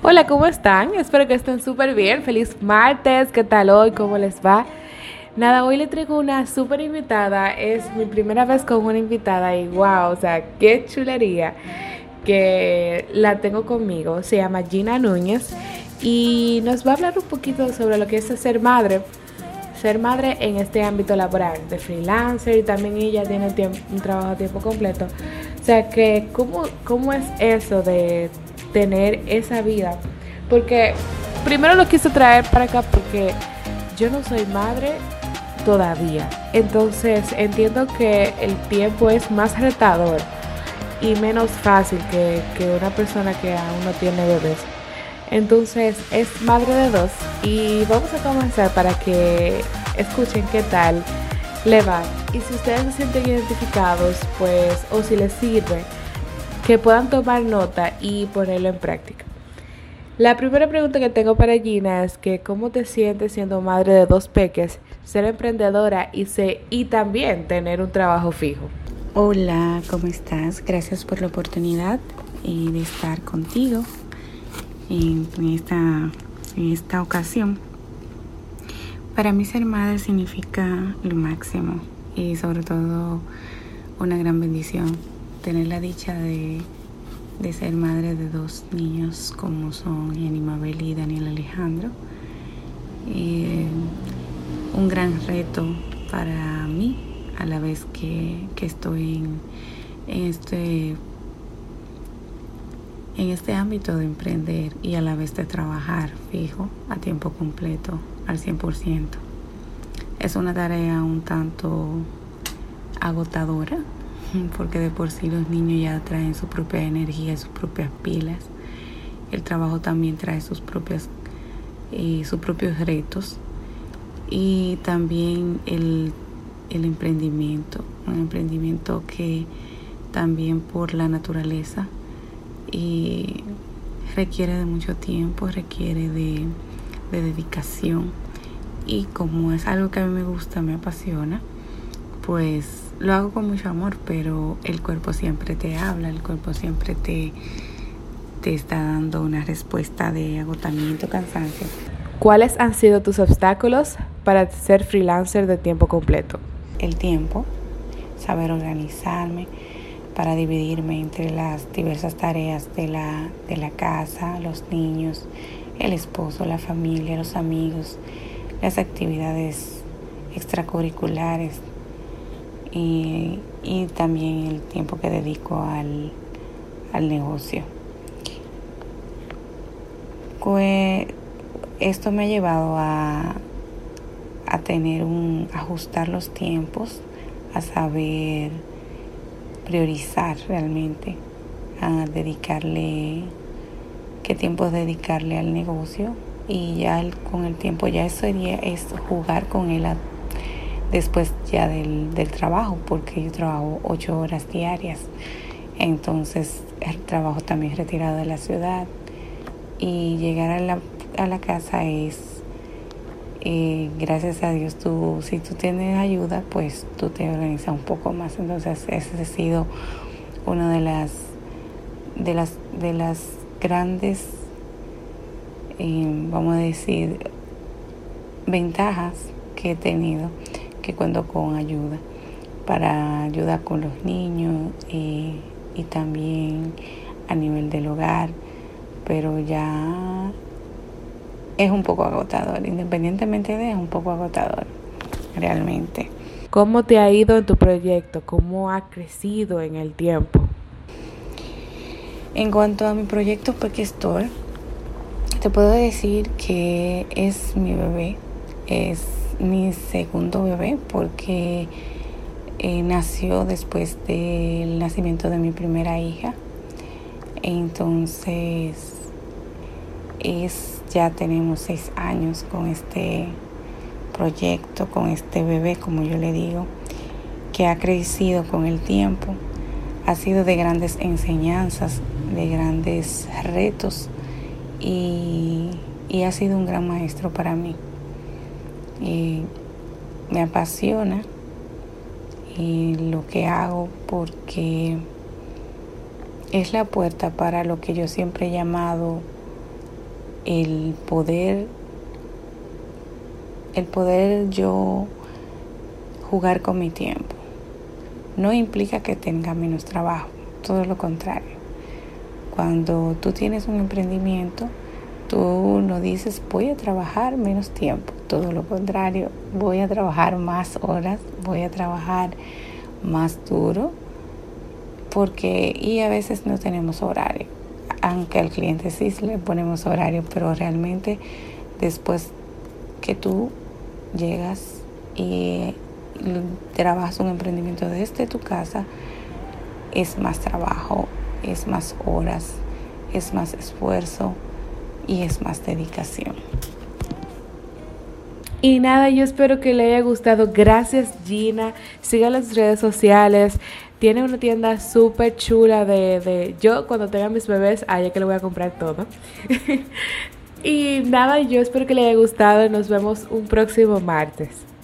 Hola, ¿cómo están? Espero que estén súper bien. Feliz martes, ¿qué tal hoy? ¿Cómo les va? Nada, hoy le traigo una súper invitada. Es mi primera vez con una invitada y wow, o sea, qué chulería que la tengo conmigo. Se llama Gina Núñez y nos va a hablar un poquito sobre lo que es ser madre en este ámbito laboral, de freelancer, y también ella tiene un trabajo a tiempo completo. O sea que, ¿cómo es eso de tener esa vida? Porque primero lo quise traer para acá porque yo no soy madre todavía. Entonces entiendo que el tiempo es más retador y menos fácil que una persona que aún no tiene bebés. Entonces es madre de dos y vamos a comenzar para que escuchen qué tal le va. Y si ustedes se sienten identificados, pues, o si les sirve, que puedan tomar nota y ponerlo en práctica. La primera pregunta que tengo para Gina es que ¿cómo te sientes siendo madre de dos peques, ser emprendedora y también tener un trabajo fijo? Hola, ¿cómo estás? Gracias por la oportunidad de estar contigo en esta ocasión. Para mí ser madre significa lo máximo y sobre todo una gran bendición. Tener la dicha de ser madre de dos niños como son Yani Mabel y Daniel Alejandro. Un gran reto para mí a la vez que estoy en este ámbito de emprender y a la vez de trabajar fijo a tiempo completo al 100%. Es una tarea un tanto agotadora porque de por sí los niños ya traen su propia energía, sus propias pilas. El trabajo también trae sus propios retos y también el emprendimiento, un emprendimiento que también por la naturaleza y requiere de mucho tiempo, requiere de dedicación, y como es algo que a mí me gusta, me apasiona, pues lo hago con mucho amor, pero el cuerpo siempre te habla, el cuerpo siempre te está dando una respuesta de agotamiento, cansancio. ¿Cuáles han sido tus obstáculos para ser freelancer de tiempo completo? El tiempo, saber organizarme para dividirme entre las diversas tareas de la casa, los niños, el esposo, la familia, los amigos, las actividades extracurriculares y también el tiempo que dedico al negocio. Pues esto me ha llevado a ajustar los tiempos, a saber priorizar realmente, a dedicarle qué tiempo dedicarle al negocio, y ya con el tiempo ya eso es jugar con él después ya del trabajo, porque yo trabajo 8 horas diarias, entonces el trabajo también retirado de la ciudad, y llegar a la casa es gracias a Dios, si tú tienes ayuda, pues tú te organizas un poco más. Entonces ese ha sido una de las grandes, vamos a decir, ventajas que he tenido, que cuento con ayuda con los niños y también a nivel del hogar, pero ya es un poco agotador, independientemente es un poco agotador realmente. ¿Cómo te ha ido en tu proyecto? ¿Cómo ha crecido en el tiempo? En cuanto a mi proyecto Peque Store, te puedo decir que es mi bebé, es mi segundo bebé, porque nació después del nacimiento de mi primera hija. Entonces ya tenemos 6 años con este proyecto, con este bebé, como yo le digo, que ha crecido con el tiempo. Ha sido de grandes enseñanzas, de grandes retos, y ha sido un gran maestro para mí. Y me apasiona lo que hago, porque es la puerta para lo que yo siempre he llamado el poder yo jugar con mi tiempo. No implica que tenga menos trabajo, todo lo contrario. Cuando tú tienes un emprendimiento, tú no dices voy a trabajar menos tiempo, todo lo contrario, voy a trabajar más horas, voy a trabajar más duro, y a veces no tenemos horario, aunque al cliente sí le ponemos horario, pero realmente después que tú llegas y trabajas un emprendimiento desde tu casa, es más trabajo, es más horas, es más esfuerzo y es más dedicación. Y nada, yo espero que le haya gustado. Gracias, Gina. Siga las redes sociales. Tiene una tienda súper chula de yo cuando tenga mis bebés, allá que le voy a comprar todo. Y nada, yo espero que le haya gustado y nos vemos un próximo martes.